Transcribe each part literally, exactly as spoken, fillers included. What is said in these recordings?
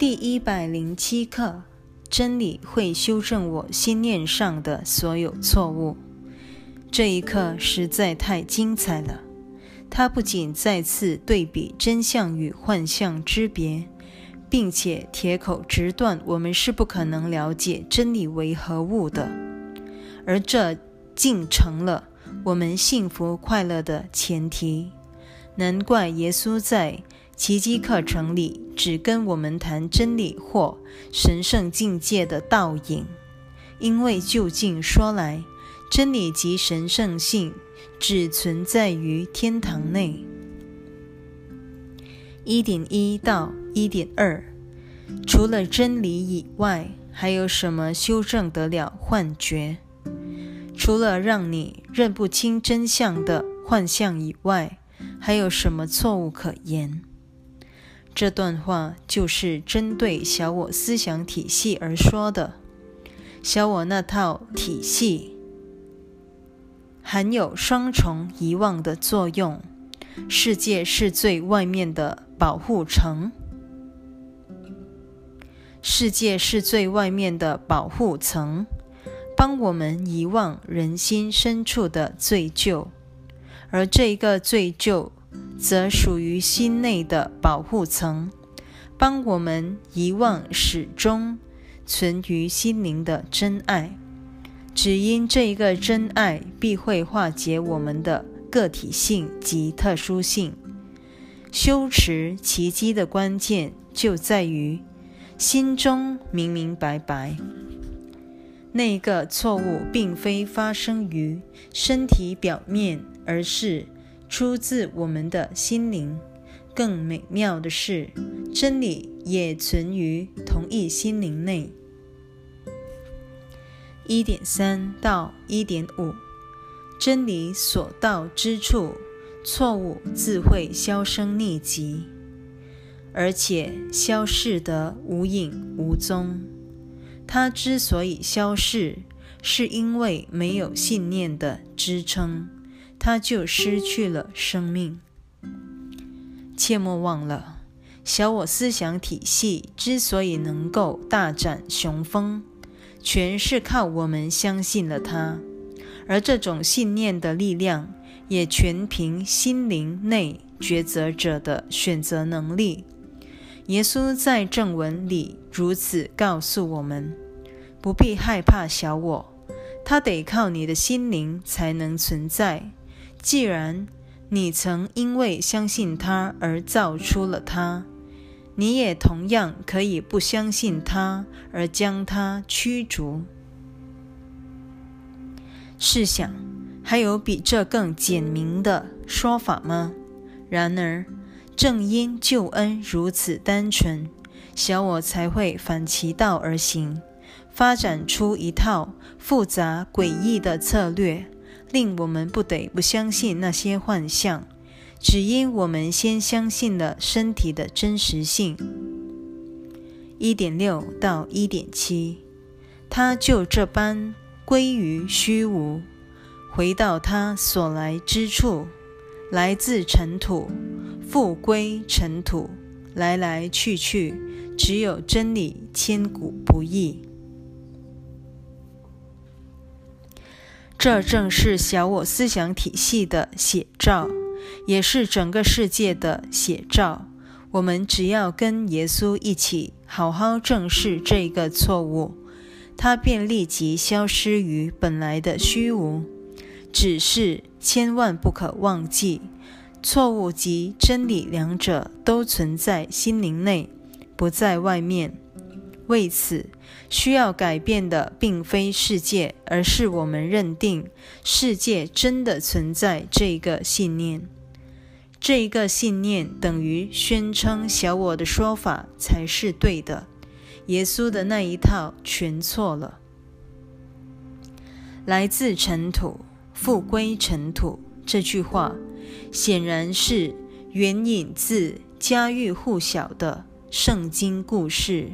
第一百零七课，真理会修正我心念上的所有错误。这一课实在太精彩了，它不仅再次对比真相与幻象之别，并且铁口直断我们是不可能了解真理为何物的，而这竟成了我们幸福快乐的前提。难怪耶稣在奇迹课程里只跟我们谈真理或神圣境界的倒影，因为究竟说来，真理及神圣性只存在于天堂内。 一点一 到 一点二 除了真理以外，还有什么修正得了幻觉？除了让你认不清真相的幻象以外，还有什么错误可言？这段话就是针对小我思想体系而说的。小我那套体系含有双重遗忘的作用。世界是最外面的保护层，世界是最外面的保护层，帮我们遗忘人心深处的罪疚，而这个罪疚则属于心内的保护层，帮我们遗忘始终存于心灵的真爱。只因这一个真爱必会化解我们的个体性及特殊性。修持奇迹的关键就在于心中明明白白，那个错误并非发生于身体表面，而是出自我们的心灵。更美妙的是，真理也存于同一心灵内。 一点三 到 一点五 真理所到之处，错误自会销声匿迹，而且消逝得无影无踪。它之所以消逝，是因为没有信念的支撑，它就失去了生命。切莫忘了，小我思想体系之所以能够大展雄风，全是靠我们相信了它，而这种信念的力量也全凭心灵内抉择者的选择能力。耶稣在正文里如此告诉我们，不必害怕小我，它得靠你的心灵才能存在。既然你曾因为相信它而造出了它，你也同样可以不相信它而将它驱逐。试想，还有比这更简明的说法吗？然而，正因救恩如此单纯，小我才会反其道而行，发展出一套复杂诡异的策略，令我们不得不相信那些幻象，只因我们先相信了身体的真实性。 一点六 到 一点七 它就这般归于虚无，回到它所来之处，来自尘土，复归尘土，来来去去，只有真理千古不易。这正是小我思想体系的写照，也是整个世界的写照。我们只要跟耶稣一起好好正视这个错误，它便立即消失于本来的虚无。只是千万不可忘记，错误及真理两者都存在心灵内，不在外面。为此，需要改变的并非世界，而是我们认定世界真的存在这个信念。这个信念等于宣称小我的说法才是对的，耶稣的那一套全错了。来自尘土，复归尘土，这句话显然是援引自家喻户晓的圣经故事。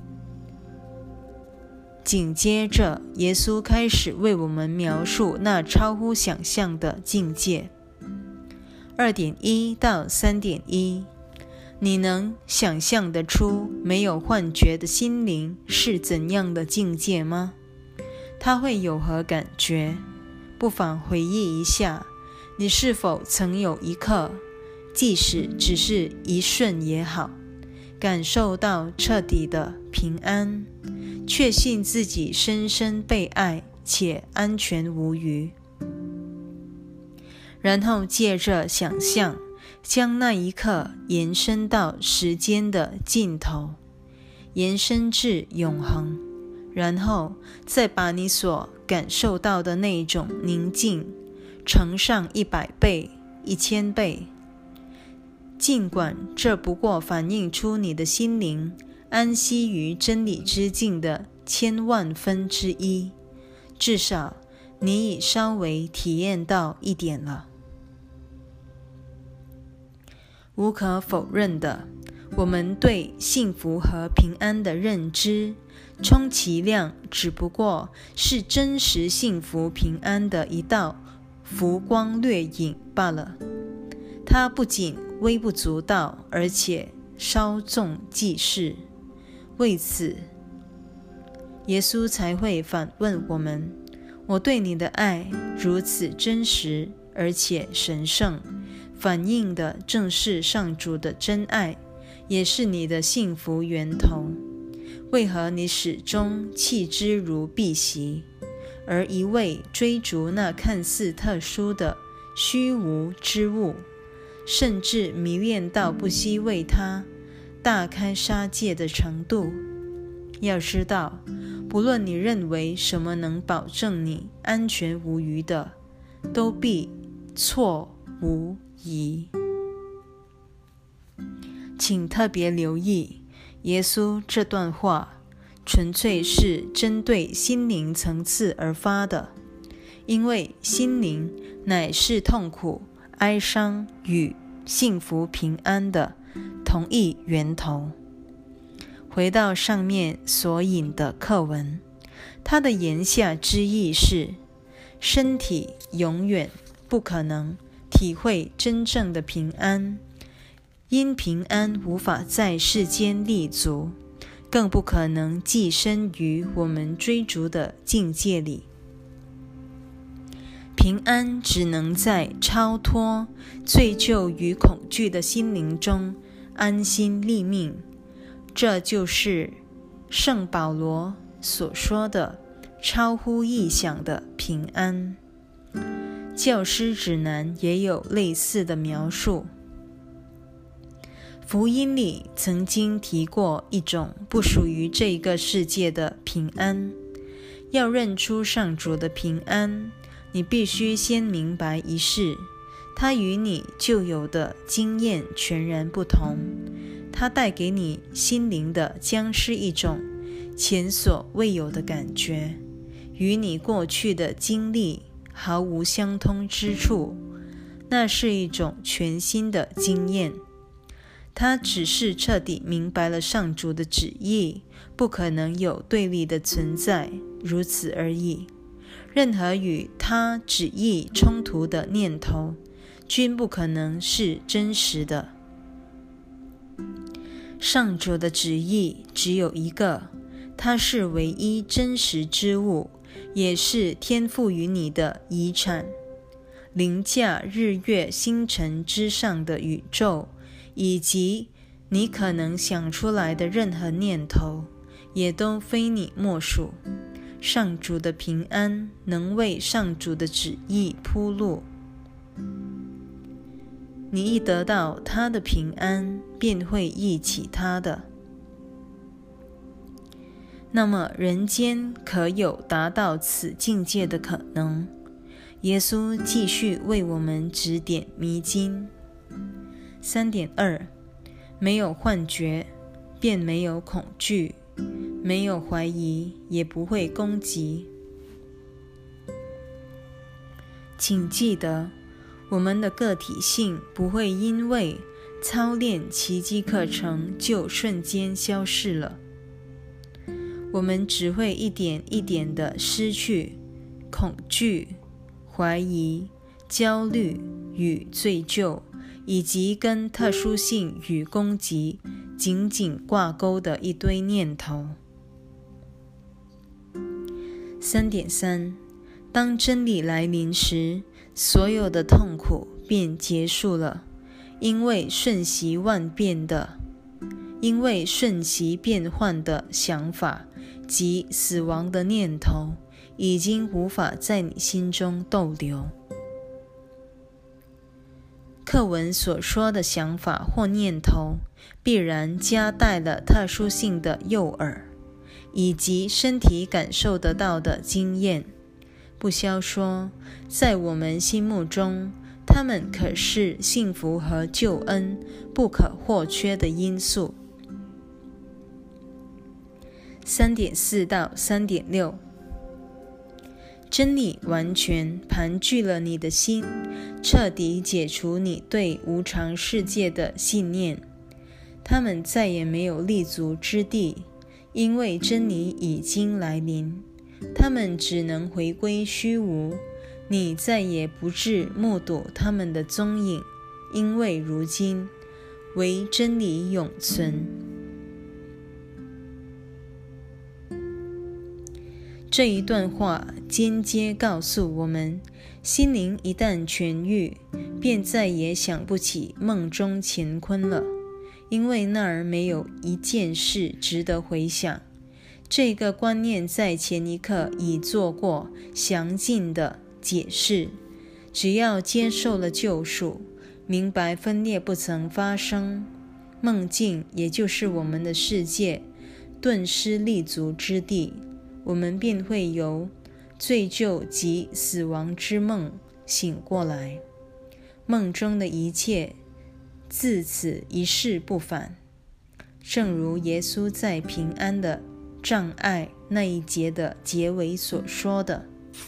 紧接着，耶稣开始为我们描述那超乎想象的境界。 二点一 到 三点一你能想象得出没有幻觉的心灵是怎样的境界吗？它会有何感觉？不妨回忆一下，你是否曾有一刻，即使只是一瞬也好，感受到彻底的平安，确信自己深深被爱且安全无虞。然后借着想象，将那一刻延伸到时间的尽头，延伸至永恒，然后再把你所感受到的那种宁静乘上一百倍、一千倍。尽管这不过反映出你的心灵安息于真理之境的千万分之一，至少你已稍微体验到一点了。无可否认的，我们对幸福和平安的认知，充其量只不过是真实幸福平安的一道浮光掠影罢了。它不仅微不足道，而且稍纵即逝。为此，耶稣才会反问我们：我对你的爱如此真实而且神圣，反映的正是上主的真爱，也是你的幸福源头。为何你始终弃之如敝屣，而一味追逐那看似特殊的虚无之物，甚至迷恋到不惜为它大开杀戒的程度？要知道，不论你认为什么能保证你安全无虞的，都必错无疑。请特别留意，耶稣这段话纯粹是针对心灵层次而发的，因为心灵乃是痛苦、哀伤与幸福平安的同一源头。回到上面所引的课文，它的言下之意是，身体永远不可能体会真正的平安，因平安无法在世间立足，更不可能寄身于我们追逐的境界里。平安只能在超脱罪疚与恐惧的心灵中安心立命，这就是圣保罗所说的超乎意想的平安。教师指南也有类似的描述。福音里曾经提过一种不属于这个世界的平安。要认出上主的平安，你必须先明白一事，它与你旧有的经验全然不同。它带给你心灵的将是一种前所未有的感觉，与你过去的经历毫无相通之处。那是一种全新的经验，它只是彻底明白了上主的旨意，不可能有对立的存在，如此而已。任何与他旨意冲突的念头，均不可能是真实的。上主的旨意只有一个，它是唯一真实之物，也是天赋予你的遗产。凌驾日月星辰之上的宇宙，以及你可能想出来的任何念头，也都非你莫属。上主的平安能为上主的旨意铺路。你一得到他的平安，便会忆起他的。那么人间可有达到此境界的可能？耶稣继续为我们指点迷津。 三点二 没有幻觉，便没有恐惧，没有怀疑，也不会攻击。请记得，我们的个体性不会因为操练奇迹课程就瞬间消逝了，我们只会一点一点地失去恐惧、怀疑、焦虑与罪疚， 以及跟特殊性与攻击紧紧挂钩的一堆念头。 三点三 当真理来临时，所有的痛苦便结束了，因为瞬息万变的因为瞬息变换的想法及死亡的念头已经无法在你心中逗留。课文所说的想法或念头必然夹带了特殊性的诱饵，以及身体感受得到的经验。不消说，在我们心目中，它们可是幸福和救恩不可或缺的因素。 三点四 到 三点六 真理完全盘踞了你的心，彻底解除你对无常世界的信念，他们再也没有立足之地，因为真理已经来临，他们只能回归虚无，你再也不致目睹他们的踪影，因为如今唯真理永存。这一段话间接告诉我们，心灵一旦痊愈，便再也想不起梦中乾坤了，因为那儿没有一件事值得回想。这个观念在前一刻已做过详尽的解释，只要接受了救赎，明白分裂不曾发生，梦境也就是我们的世界，顿失立足之地，我们便会由罪疚及死亡之梦醒过来，梦中的一切自此一逝不返。正如耶稣在平安的障碍那一节的结尾所说的，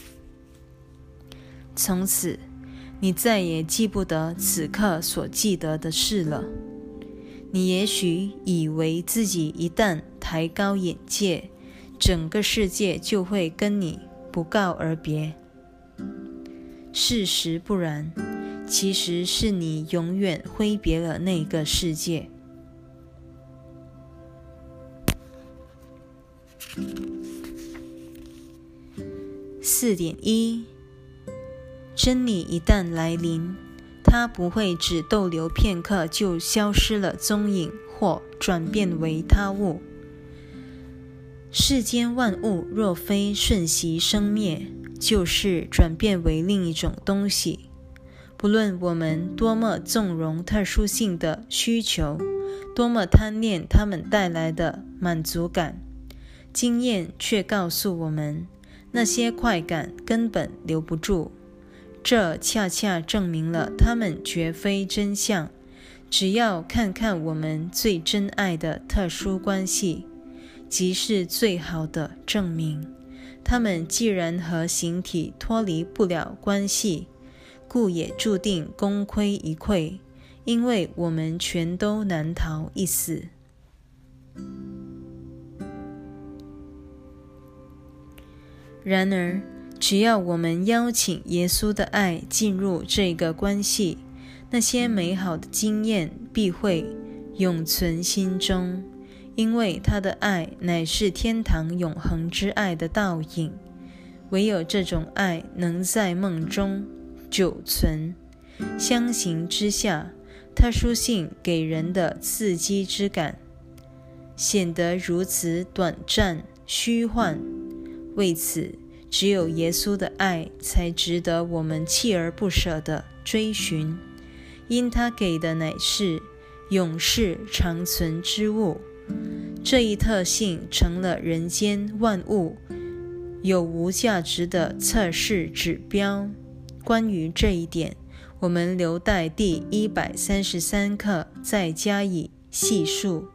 从此你再也记不得此刻所记得的事了。你也许以为自己一旦抬高眼界，整个世界就会跟你不告而别。事实不然，其实是你永远挥别了那个世界。四点一 真理一旦来临，它不会只逗留片刻就消失了踪影或转变为他物。世间万物若非瞬息生灭，就是转变为另一种东西。不论我们多么纵容特殊性的需求，多么贪恋它们带来的满足感，经验却告诉我们，那些快感根本留不住。这恰恰证明了它们绝非真相。只要看看我们最珍爱的特殊关系，即是最好的证明。它们既然和形体脱离不了关系，故也注定功亏一篑，因为我们全都难逃一死。然而，只要我们邀请耶稣的爱进入这个关系，那些美好的经验必会永存心中，因为他的爱乃是天堂永恒之爱的倒影。唯有这种爱能在梦中久存，相形之下，特殊性给人的刺激之感显得如此短暂虚幻。为此，只有耶稣的爱才值得我们锲而不舍地追寻，因他给的乃是永世长存之物。这一特性成了人间万物有无价值的测试指标。关于这一点，我们留待第一百三十三课再加以细述。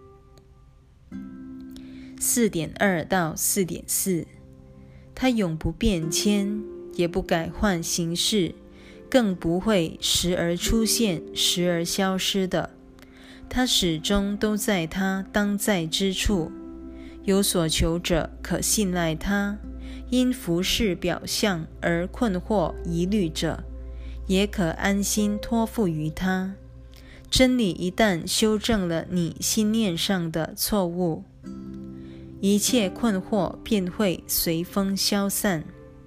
四点二 到 四点四 它永不变迁，也不改换形式，更不会时而出现时而消失的。它始终都在它当在之处。有所求者可信赖它，因服事表象而困惑疑虑者，也可安心托付于它。 真理一旦修正了你心念上的错误，一切困惑便会随风消散。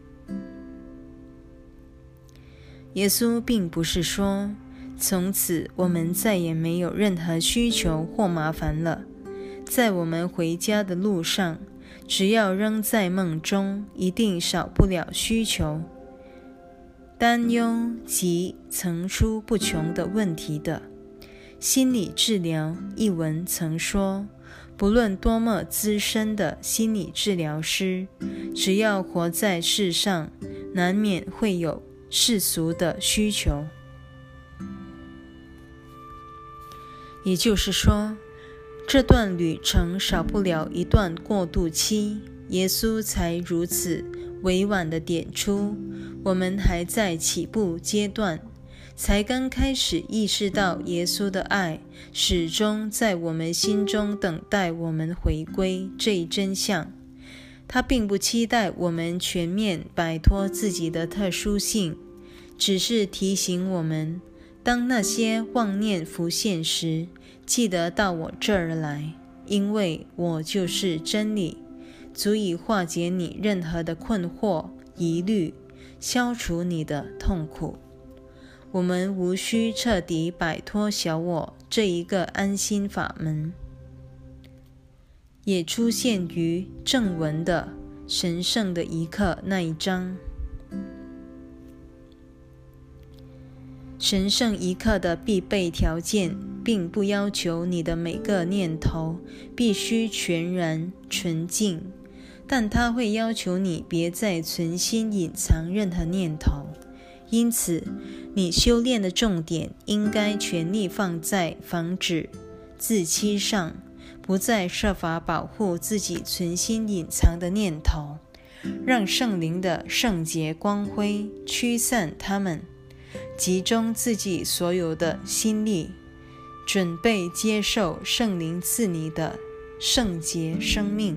耶稣并不是说，从此我们再也没有任何需求或麻烦了。在我们回家的路上，只要仍在梦中，一定少不了需求、担忧及层出不穷的问题的。心理治疗一文曾说，不论多么资深的心理治疗师，只要活在世上，难免会有世俗的需求。也就是说，这段旅程少不了一段过渡期。耶稣才如此委婉地点出，我们还在起步阶段，才刚开始意识到耶稣的爱始终在我们心中等待我们回归这一真相。他并不期待我们全面摆脱自己的特殊性，只是提醒我们，当那些妄念浮现时，记得到我这儿来，因为我就是真理，足以化解你任何的困惑、疑虑，消除你的痛苦。我们无需彻底摆脱小我这一个安心法门，也出现于正文的神圣的一刻那一章。神圣一刻的必备条件，并不要求你的每个念头必须全然纯净，但它会要求你别再存心隐藏任何念头。因此，你修炼的重点应该全力放在防止自欺上，不再设法保护自己存心隐藏的念头，让圣灵的圣洁光辉驱散它们，集中自己所有的心力，准备接受圣灵赐你的圣洁生命。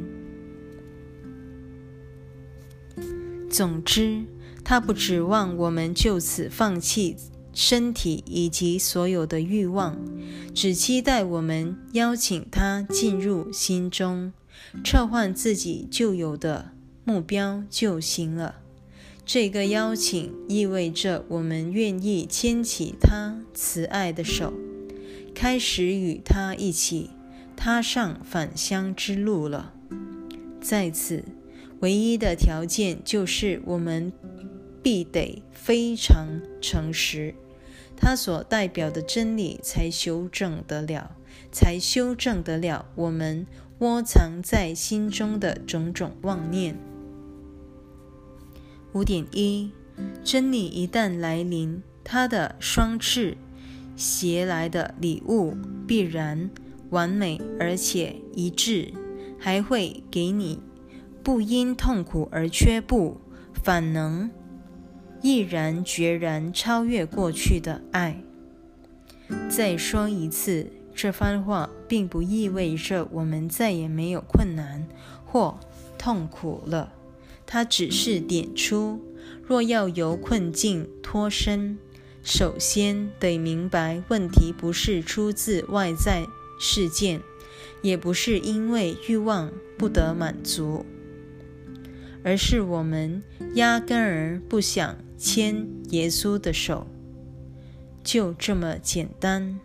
总之，他不指望我们就此放弃身体以及所有的欲望，只期待我们邀请他进入心中，撤换自己旧有的目标就行了。这个邀请意味着我们愿意牵起他慈爱的手，开始与他一起踏上返乡之路了。在此，唯一的条件就是我们必得非常诚实，它所代表的真理才修正得了，才修正得了我们窝藏在心中的种种妄念。五点一，真理一旦来临，它的双翅携来的礼物必然完美而且一致，还会给你不因痛苦而却步，反能毅然决然超越过去的爱。再说一次，这番话并不意味着我们再也没有困难或痛苦了，它只是点出，若要由困境脱身，首先得明白问题不是出自外在事件，也不是因为欲望不得满足，而是我们压根儿不想牵耶稣的手，就这么简单。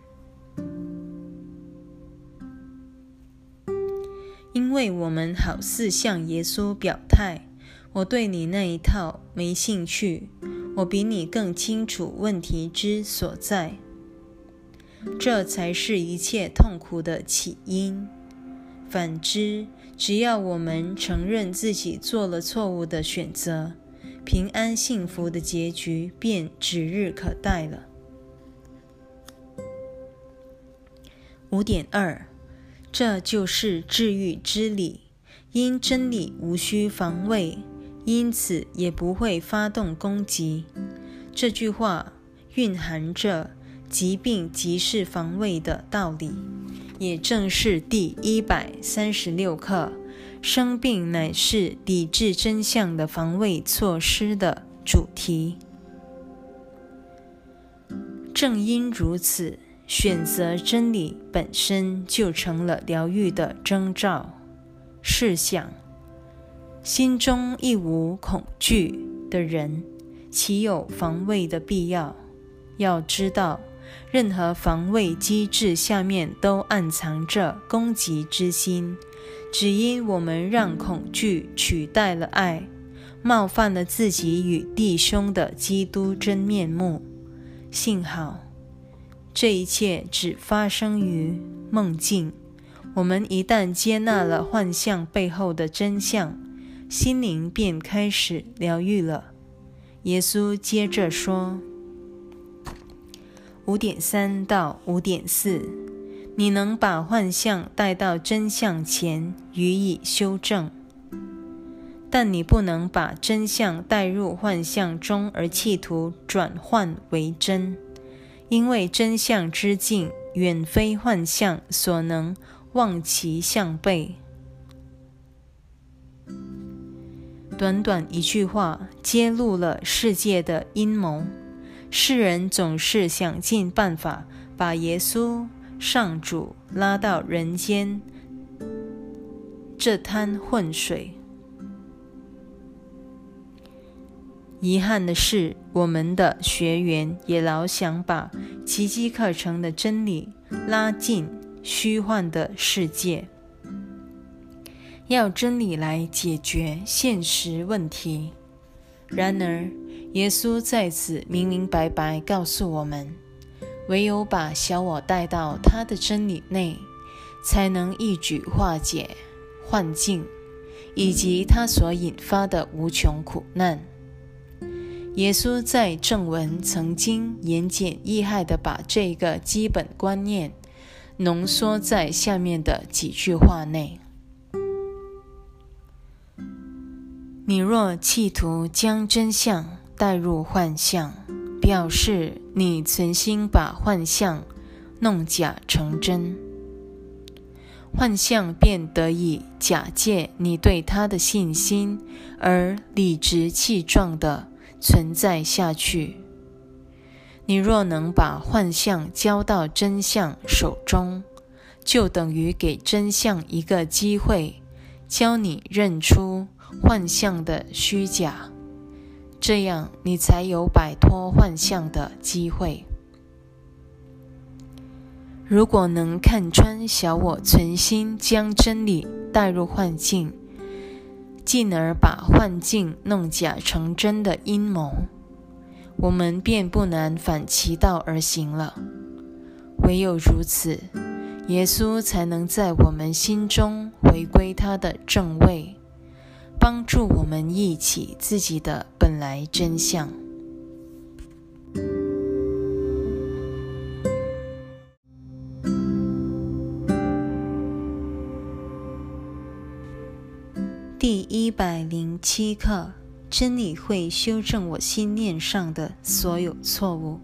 因为我们好似向耶稣表态，我对你那一套没兴趣，我比你更清楚问题之所在。这才是一切痛苦的起因。反之，只要我们承认自己做了错误的选择，平安幸福的结局便指日可待了。五点二，这就是治愈之理。因真理无需防卫，因此也不会发动攻击。这句话蕴含着疾病即是防卫的道理，也正是第一百三十六课生病乃是抵制真相的防卫措施的主题。正因如此， 选择真理本身就成了疗愈的征兆。试想，心中亦无恐惧的人，岂有防卫的必要？要知道，任何防卫机制下面都暗藏着攻击之心，只因我们让恐惧取代了爱，冒犯了自己与弟兄的基督真面目。幸好，这一切只发生于梦境。我们一旦接纳了幻象背后的真相，心灵便开始疗愈了。耶稣接着说 五点三 到 五点四 你能把幻象带到真相前予以修正，但你不能把真相带入幻象中而企图转换为真，因为真相之境远非幻象所能望其项背。短短一句话揭露了世界的阴谋。世人总是想尽办法把耶稣上主拉到人间这滩浑水。遗憾的是，我们的学员也老想把奇迹课程的真理拉进虚幻的世界，要真理来解决现实问题。然而，耶稣在此明明白白告诉我们，唯有把小我带到他的真理内，才能一举化解幻境以及他所引发的无穷苦难。耶稣在正文曾经言简意赅地把这个基本观念浓缩在下面的几句话内：你若企图将真相带入幻象，表示你存心把幻象弄假成真，幻象便得以假借你对它的信心而理直气壮地存在下去。你若能把幻象交到真相手中，就等于给真相一个机会，教你认出幻象的虚假，这样你才有摆脱幻象的机会。如果能看穿小我存心将真理带入幻境，进而把幻境弄假成真的阴谋，我们便不难反其道而行了。唯有如此，耶稣才能在我们心中回归他的正位，帮助我们忆起自己的本来真相。第一百零七课：真理会修正我心念上的所有错误。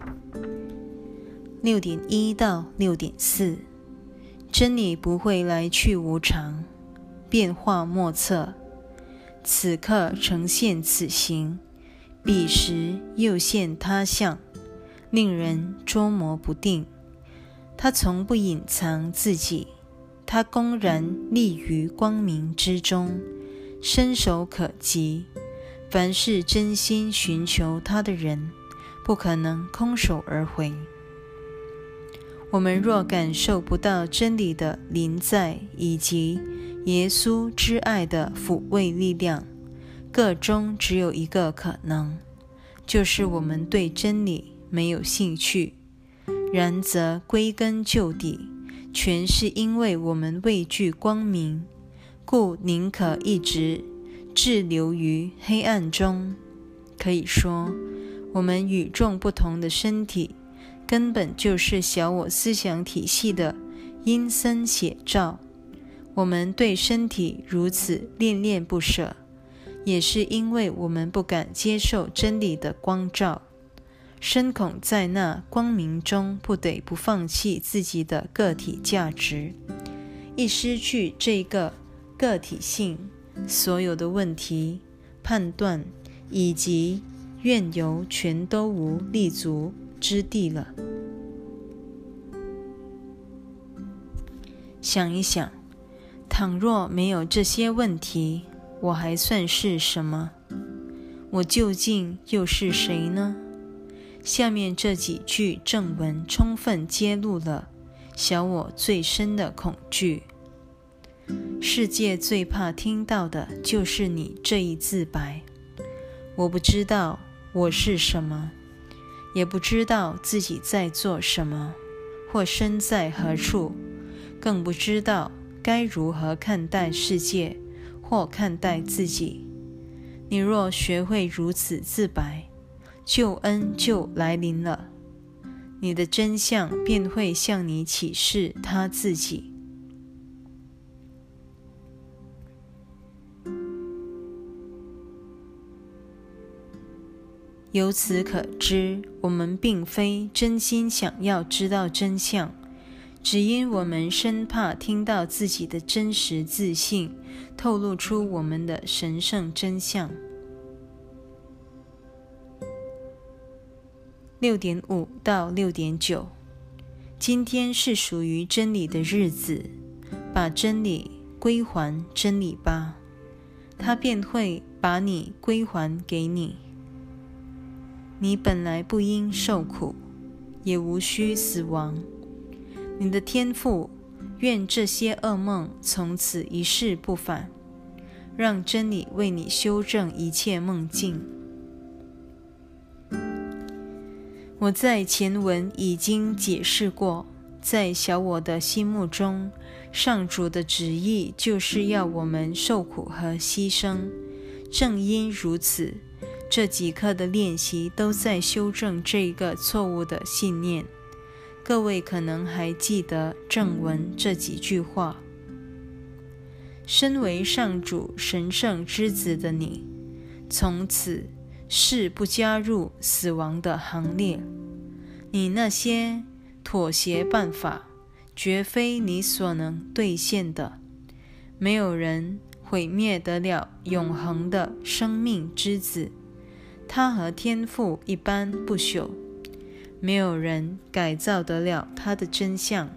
六点一到六点四，真理不会来去无常，变化莫测。此刻呈现此形，彼时又现他相，令人捉摸不定。他从不隐藏自己，他公然立于光明之中，伸手可及。凡是真心寻求他的人，不可能空手而回。我们若感受不到真理的临在以及耶稣之爱的抚慰力量，个中只有一个可能，就是我们对真理没有兴趣。然则归根究底，全是因为我们畏惧光明，故宁可一直滞留于黑暗中。可以说，我们与众不同的身体根本就是小我思想体系的阴森写照。我们对身体如此恋恋不舍，也是因为我们不敢接受真理的光照，深恐在那光明中不得不放弃自己的个体价值。一失去这个个体性，所有的问题、判断以及怨尤全都无立足之地了。 想一想，倘若没有这些问题，我还算是什么？我究竟又是谁呢？下面这几句正文充分揭露了小我最深的恐惧。世界最怕听到的就是你这一自白：我不知道我是什么，也不知道自己在做什么，或身在何处，更不知道该如何看待世界或看待自己。你若学会如此自白，救恩就来临了，你的真相便会向你启示他自己。由此可知，我们并非真心想要知道真相，只因我们生怕听到自己的真实自信透露出我们的神圣真相。六点五到六点九，今天是属于真理的日子，把真理归还真理吧，它便会把你归还给你。你本来不应受苦，也无需死亡。你的天父愿这些噩梦从此一世不返，让真理为你修正一切梦境。我在前文已经解释过，在小我的心目中，上主的旨意就是要我们受苦和牺牲。正因如此，这几课的练习都在修正这个错误的信念。各位可能还记得正文这几句话：身为上主神圣之子的你，从此誓不加入死亡的行列。你那些妥协办法，绝非你所能兑现的。没有人毁灭得了永恒的生命之子，他和天父一般不朽。没有人改造得了他的真相。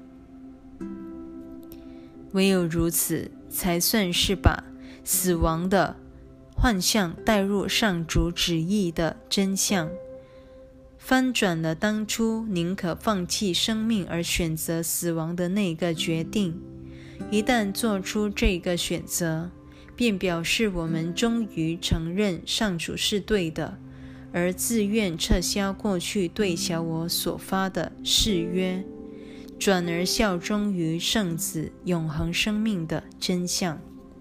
唯有如此，才算是把死亡的幻象带入上主旨意的真相，翻转了当初宁可放弃生命而选择死亡的那个决定。一旦做出这个选择，便表示我们终于承认上主是对的，而自愿撤销过去对小我所发的誓约，转而效忠于圣子永恒生命的真相。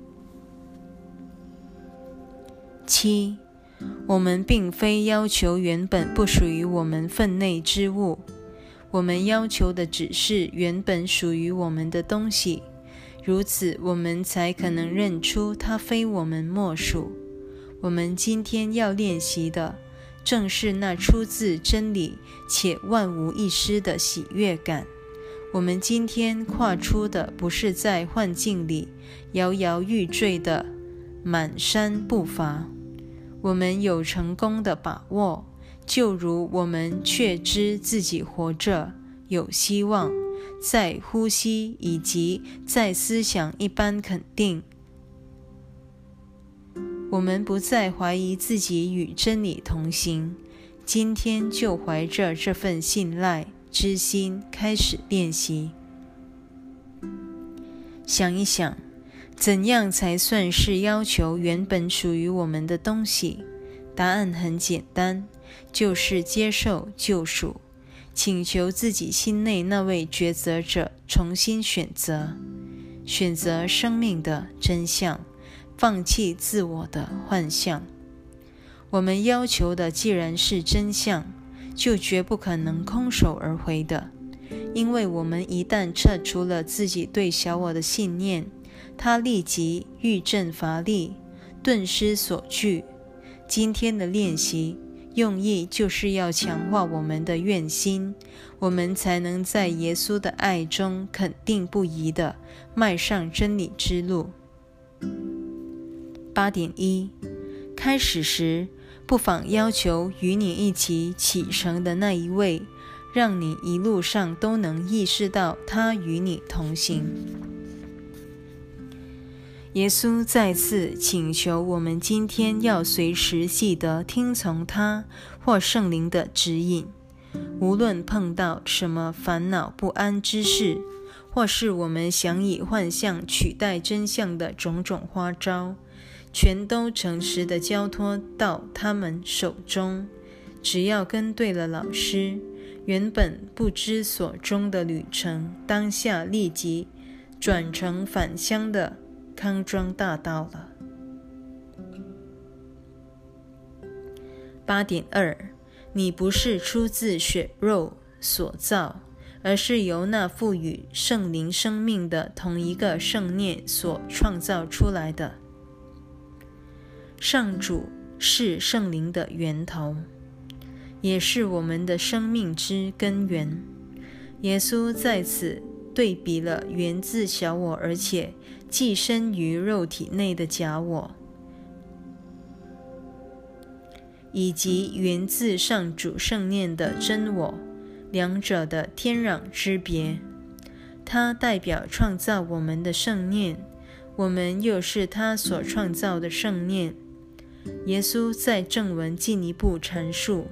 七，我们并非要求原本不属于我们分内之物，我们要求的只是原本属于我们的东西，如此我们才可能认出它非我们莫属。我们今天要练习的，正是那出自真理且万无一失的喜悦感。我们今天跨出的不是在幻境里摇摇欲坠的蹒跚步伐，我们有成功的把握，就如我们确知自己活着，有希望，在呼吸以及在思想一般肯定。我们不再怀疑自己与真理同行，今天就怀着这份信赖之心开始练习。想一想，怎样才算是要求原本属于我们的东西？答案很简单，就是接受救赎，请求自己心内那位抉择者重新选择，选择生命的真相，放弃自我的幻象。我们要求的既然是真相，就绝不可能空手而回的，因为我们一旦撤除了自己对小我的信念，它立即愈振乏力，顿失所惧。今天的练习用意就是要强化我们的愿心，我们才能在耶稣的爱中肯定不移地迈上真理之路。 八点一 开始时，不妨要求与你一起启程的那一位， 让你一路上都能意识到他与你同行。耶稣再次请求我们今天要随时记得听从他或圣灵的指引，无论碰到什么烦恼不安之事，或是我们想以幻象取代真相的种种花招，全都诚实地交托到他们手中。只要跟对了老师，原本不知所终的旅程，当下立即转成返乡的康庄大道了。 八点二 你不是出自血肉所造，而是由那赋予圣灵生命的同一个圣念所创造出来的。上主是圣灵的源头，也是我们的生命之根源。耶稣在此对比了源自小我而且寄生于肉体内的假我，以及源自上主圣念的真我，两者的天壤之别。它代表创造我们的圣念，我们又是他所创造的圣念。耶稣在正文进一步陈述，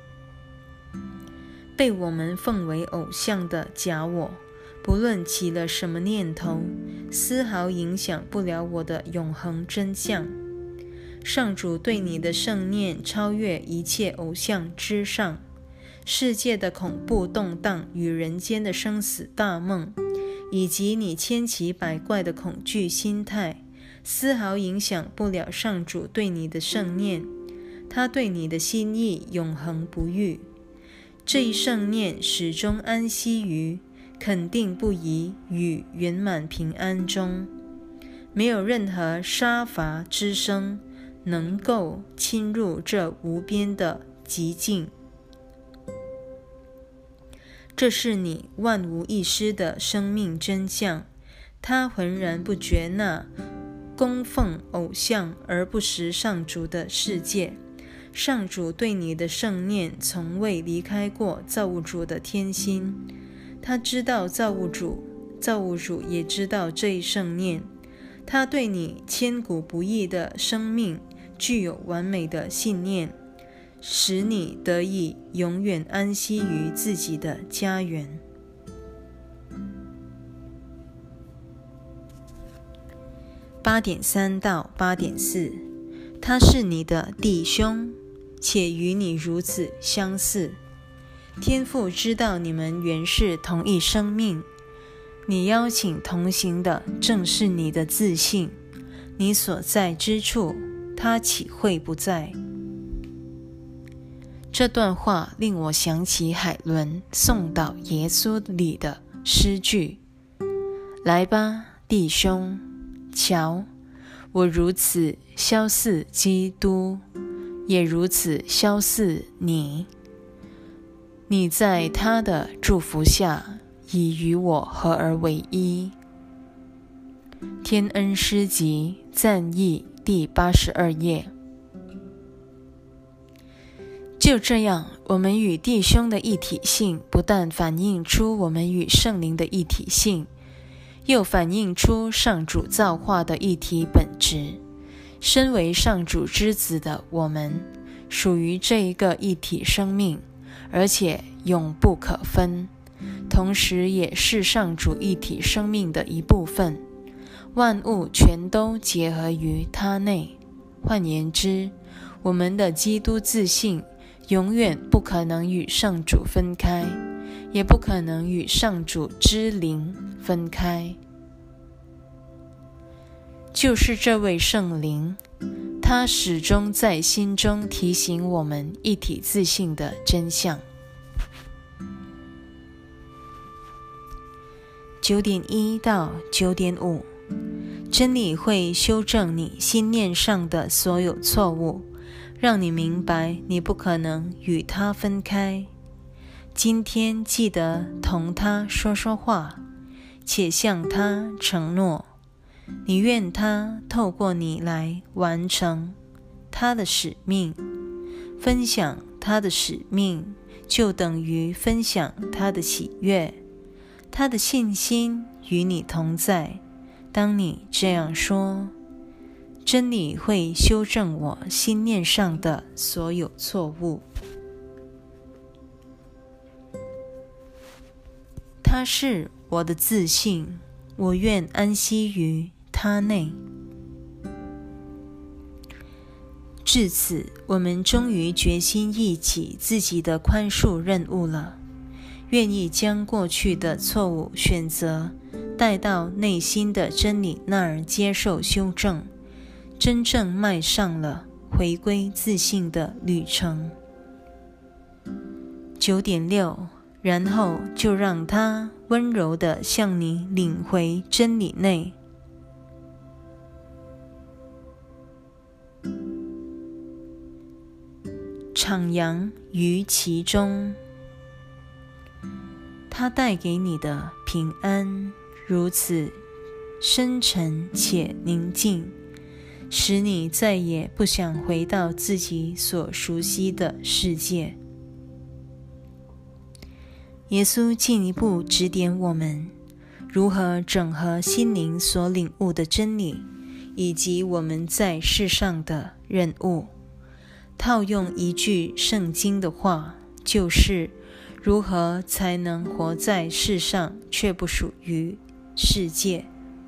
被我们奉为偶像的假我，不论起了什么念头，丝毫影响不了我的永恒真相。上主对你的圣念超越一切偶像之上，世界的恐怖动荡与人间的生死大梦，以及你千奇百怪的恐惧心态，丝毫影响不了上主对你的圣念。他对你的心意永恒不渝，这一圣念始终安息于肯定不移与圆满平安中，没有任何杀伐之声能够侵入这无边的寂静。这是你万无一失的生命真相。他浑然不觉那供奉偶像而不识上主的世界。上主对你的圣念从未离开过造物主的天心，他知道造物主，造物主也知道这一圣念。他对你千古不易的生命具有完美的信念，使你得以永远安息于自己的家园。八点三到八点四，他是你的弟兄，且与你如此相似。天父知道你们原是同一生命，你邀请同行的正是你的自信，你所在之处，他岂会不在？这段话令我想起海伦送导耶稣里的诗句：来吧，弟兄，瞧，我如此相似基督，也如此相似你。你在他的祝福下，已与我合而为一。天恩诗集赞译第八十二页。就这样，我们与弟兄的一体性不但反映出我们与圣灵的一体性，又反映出上主造化的一体本质。身为上主之子的我们，属于这一个一体生命，而且永不可分，同时也是上主一体生命的一部分。万物全都结合于他内。换言之，我们的基督自信永远不可能与上主分开，也不可能与上主之灵分开。就是这位圣灵，他始终在心中提醒我们一体自信的真相。九点一到九点五，真理会修正你心念上的所有错误，让你明白你不可能与他分开。今天记得同他说说话，且向他承诺，你愿他透过你来完成他的使命。分享他的使命， 就等于分享他的喜悦，他的信心与你同在。当你这样说，真理会修正我心念上的所有错误。他是我的自信，我愿安息于他内。至此，我们终于决心忆起自己的宽恕任务了，愿意将过去的错误选择带到内心的真理那儿接受修正，真正迈上了回归自信的旅程。 九点六， 然后就让它温柔地向你领回真理内。徜徉于其中，它带给你的平安如此深沉且宁静，使你再也不想回到自己所熟悉的世界。耶稣进一步指点我们如何整合心灵所领悟的真理，以及我们在世上的任务。套用一句圣经的话，就是如何才能活在世上，却不属于世界。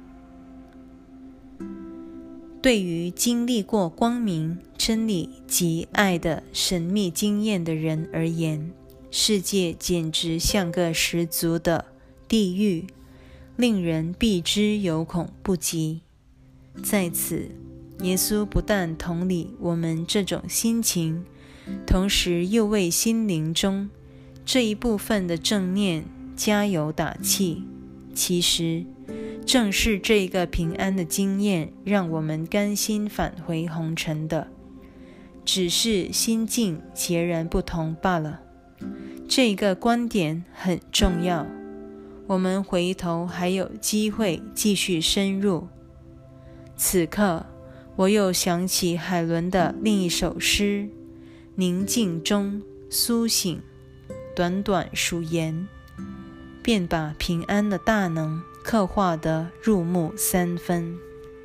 对于经历过光明、真理及爱的神秘经验的人而言，世界简直像个十足的地狱，令人避之有恐不及。在此，耶稣不但同理我们这种心情，同时又为心灵中这一部分的正念加油打气。其实，正是这个平安的经验，让我们甘心返回红尘的，只是心境截然不同罢了。这个观点很重要，我们回头还有机会继续深入。此刻，我又想起海伦的另一首诗：宁静中苏醒，短短数言，便把平安的大能刻画得入木三分。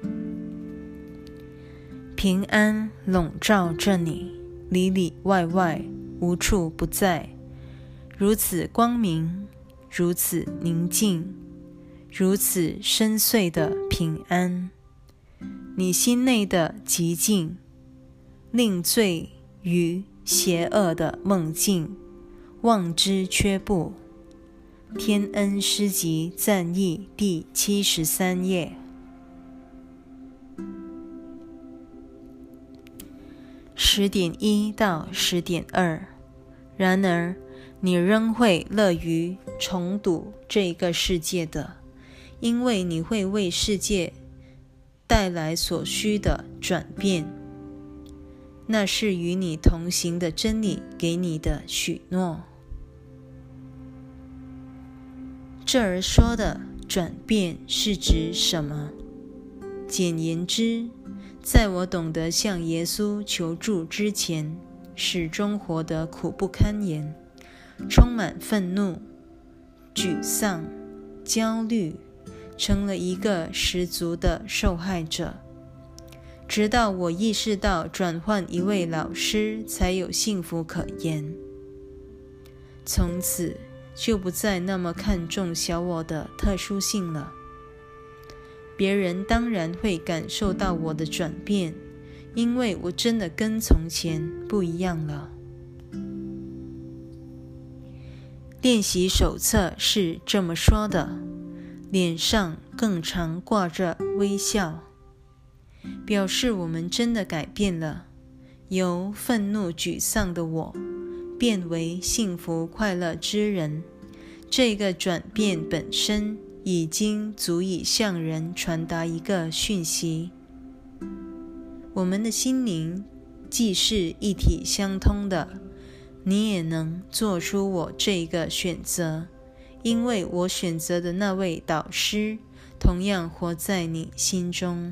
平安笼罩着你，里里外外无处不在，如此光明，如此宁静，如此深邃的平安。你心内的寂静，令醉于邪恶的梦境，望之却步。天恩诗集赞译第七十三页。十点一到十点二，然而你仍会乐于重睹这个世界的，因为你会为世界带来所需的转变，那是与你同行的真理给你的许诺。这儿说的转变是指什么？简言之，在我懂得向耶稣求助之前，始终活得苦不堪言，充满愤怒、沮丧、焦虑，成了一个十足的受害者。直到我意识到转换一位老师才有幸福可言，从此就不再那么看重小我的特殊性了。别人当然会感受到我的转变，因为我真的跟从前不一样了。练习手册是这么说的：脸上更常挂着微笑，表示我们真的改变了，由愤怒沮丧的我变为幸福快乐之人。这个转变本身已经足以向人传达一个讯息：我们的心灵既是一体相通的，你也能做出我这个选择，因为我选择的那位导师同样活在你心中。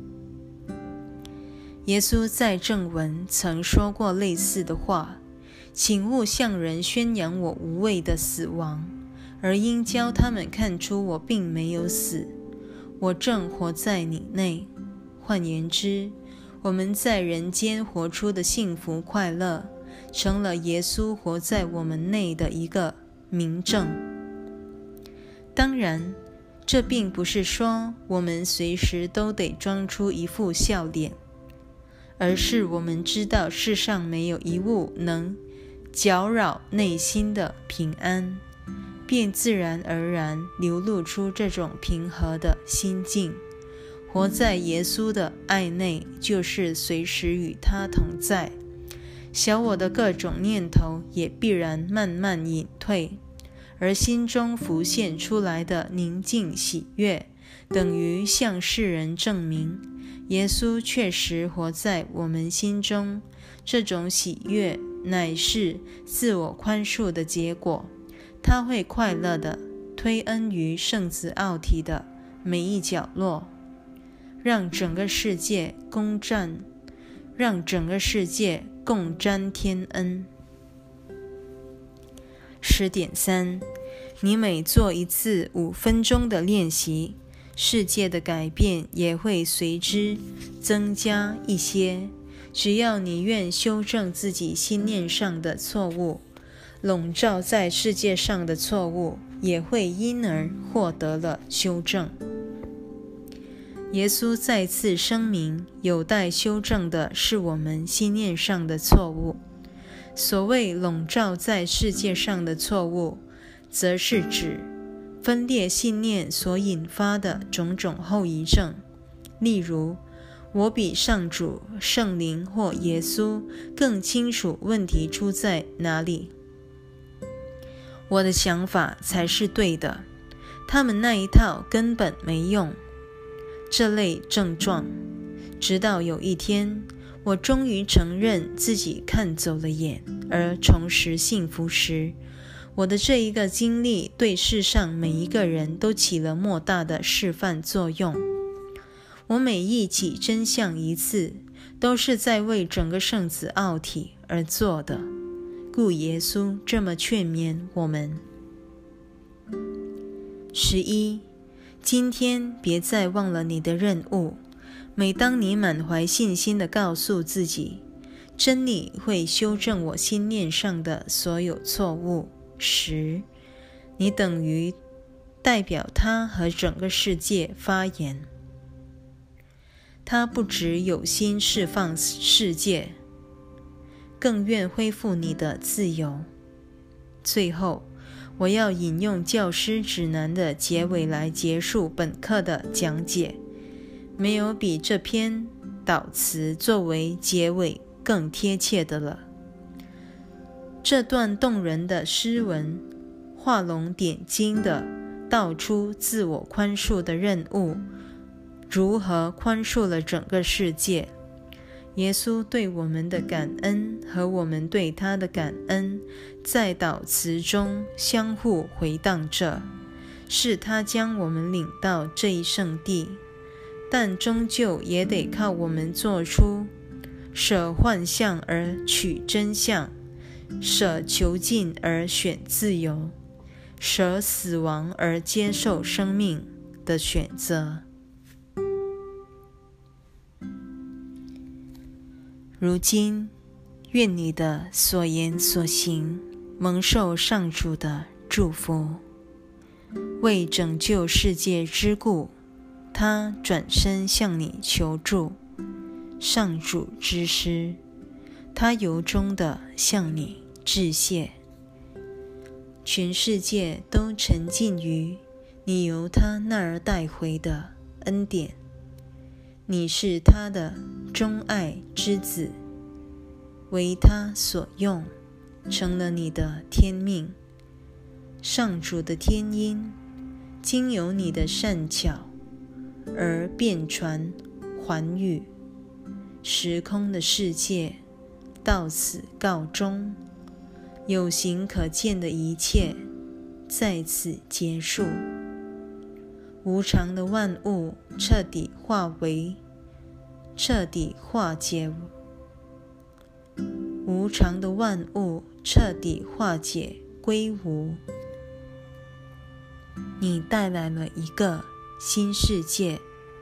耶稣在正文曾说过类似的话， 请勿向人宣扬我无畏的死亡，而应教他们看出我并没有死，我正活在你内。换言之，我们在人间活出的幸福快乐，成了耶稣活在我们内的一个明证。当然，这并不是说我们随时都得装出一副笑脸，而是我们知道世上没有一物能搅扰内心的平安，便自然而然流露出这种平和的心境。活在耶稣的爱内，就是随时与他同在，小我的各种念头也必然慢慢隐退，而心中浮现出来的宁静喜悦，等于向世人证明耶稣确实活在我们心中。这种喜悦乃是自我宽恕的结果，他会快乐地推恩于圣子奥体的每一角落，让整个世界共沾，让整个世界共沾天恩。十点三，你每做一次五分钟的练习，世界的改变也会随之增加一些。只要你愿修正自己心念上的错误，笼罩在世界上的错误也会因而获得了修正。耶稣再次声明，有待修正的是我们心念上的错误。所谓笼罩在世界上的错误，则是指分裂信念所引发的种种后遗症，例如我比上主、圣灵或耶稣更清楚问题出在哪里，我的想法才是对的，他们那一套根本没用。这类症状，直到有一天我终于承认自己看走了眼而重拾幸福时，我的这一个经历对世上每一个人都起了莫大的示范作用。我每忆起真相一次，都是在为整个圣子奥体而做的，故耶稣这么劝勉我们。十一，今天别再忘了你的任务。每当你满怀信心地告诉自己，真理会修正我心念上的所有错误时，你等于代表他和整个世界发言。他不只有心释放世界，更愿恢复你的自由。最后，我要引用教师指南的结尾来结束本课的讲解。没有比这篇导词作为结尾更贴切的了。这段动人的诗文画龙点睛地道出自我宽恕的任务如何宽恕了整个世界。耶稣对我们的感恩和我们对他的感恩在导词中相互回荡着，是他将我们领到这一圣地，但终究也得靠我们做出舍幻象而取真相，舍囚禁而选自由，舍死亡而接受生命的选择。如今，愿你的所言所行蒙受上主的祝福。为拯救世界之故，他转身向你求助，上主之师，他由衷地向你致谢。全世界都沉浸于你由他那儿带回的恩典，你是他的钟爱之子，为他所用，成了你的天命。上主的天音经由你的善巧而遍传寰宇，时空的世界到此告终，有形可见的一切在此结束，无常的万物彻底化为彻底化解无常的万物彻底化解归无。你带来了一个新世界。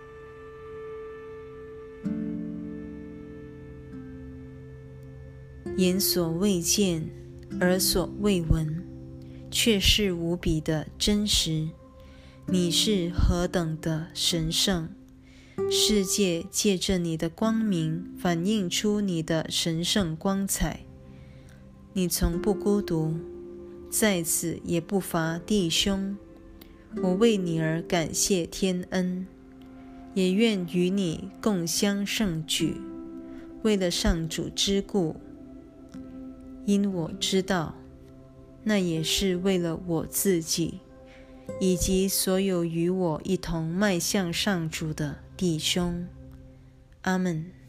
眼所未见，耳所未闻，却是无比的真实。你是何等的神圣！世界借着你的光明反映出你的神圣光彩。你从不孤独，在此也不乏弟兄。我为你而感谢天恩，也愿与你共襄盛举，为了上主之故。因我知道，那也是为了我自己，以及所有与我一同迈向上主的弟兄。阿们。